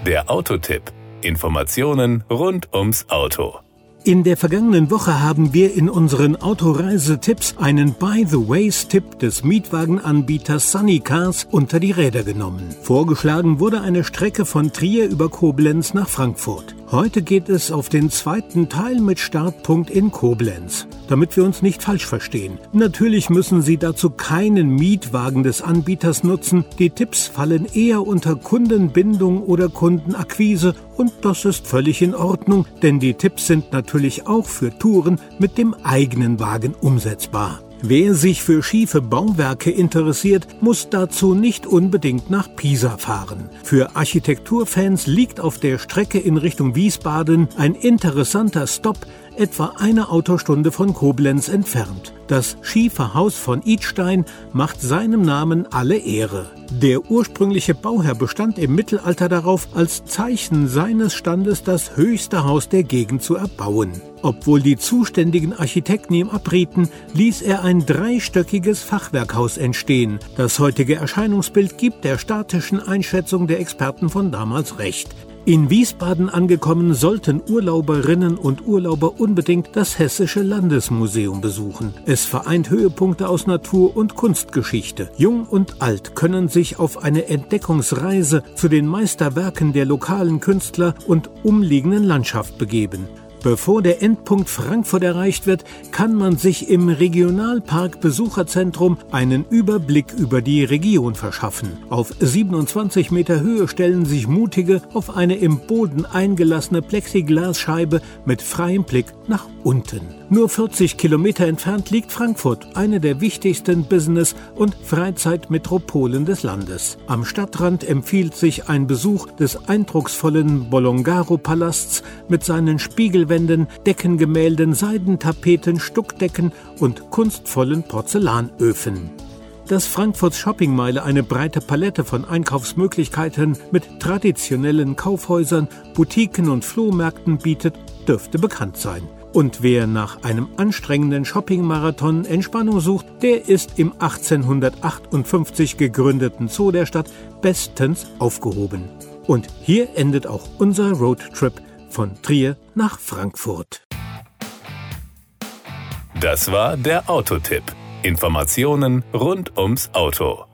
Der Autotipp. Informationen rund ums Auto. In der vergangenen Woche haben wir in unseren Autoreisetipps einen By-the-Ways-Tipp des Mietwagenanbieters Sunny Cars unter die Räder genommen. Vorgeschlagen wurde eine Strecke von Trier über Koblenz nach Frankfurt. Heute geht es auf den zweiten Teil mit Startpunkt in Koblenz. Damit wir uns nicht falsch verstehen. Natürlich müssen Sie dazu keinen Mietwagen des Anbieters nutzen. Die Tipps fallen eher unter Kundenbindung oder Kundenakquise und das ist völlig in Ordnung, denn die Tipps sind natürlich auch für Touren mit dem eigenen Wagen umsetzbar. Wer sich für schiefe Bauwerke interessiert, muss dazu nicht unbedingt nach Pisa fahren. Für Architekturfans liegt auf der Strecke in Richtung Wiesbaden ein interessanter Stopp, etwa eine Autostunde von Koblenz entfernt. Das schiefe Haus von Idstein macht seinem Namen alle Ehre. Der ursprüngliche Bauherr bestand im Mittelalter darauf, als Zeichen seines Standes das höchste Haus der Gegend zu erbauen. Obwohl die zuständigen Architekten ihm abrieten, ließ er ein dreistöckiges Fachwerkhaus entstehen. Das heutige Erscheinungsbild gibt der statischen Einschätzung der Experten von damals recht. In Wiesbaden angekommen, sollten Urlauberinnen und Urlauber unbedingt das Hessische Landesmuseum besuchen. Es vereint Höhepunkte aus Natur- und Kunstgeschichte. Jung und alt können sich auf eine Entdeckungsreise zu den Meisterwerken der lokalen Künstler und umliegenden Landschaft begeben. Bevor der Endpunkt Frankfurt erreicht wird, kann man sich im Regionalpark Besucherzentrum einen Überblick über die Region verschaffen. Auf 27 Meter Höhe stellen sich Mutige auf eine im Boden eingelassene Plexiglasscheibe mit freiem Blick nach unten. Nur 40 Kilometer entfernt liegt Frankfurt, eine der wichtigsten Business- und Freizeitmetropolen des Landes. Am Stadtrand empfiehlt sich ein Besuch des eindrucksvollen Bolongaro-Palasts mit seinen Spiegelwänden, Deckengemälden, Seidentapeten, Stuckdecken und kunstvollen Porzellanöfen. Dass Frankfurts Shoppingmeile eine breite Palette von Einkaufsmöglichkeiten mit traditionellen Kaufhäusern, Boutiquen und Flohmärkten bietet, dürfte bekannt sein. Und wer nach einem anstrengenden Shoppingmarathon Entspannung sucht, der ist im 1858 gegründeten Zoo der Stadt bestens aufgehoben. Und hier endet auch unser Roadtrip von Trier nach Frankfurt. Das war der Autotipp. Informationen rund ums Auto.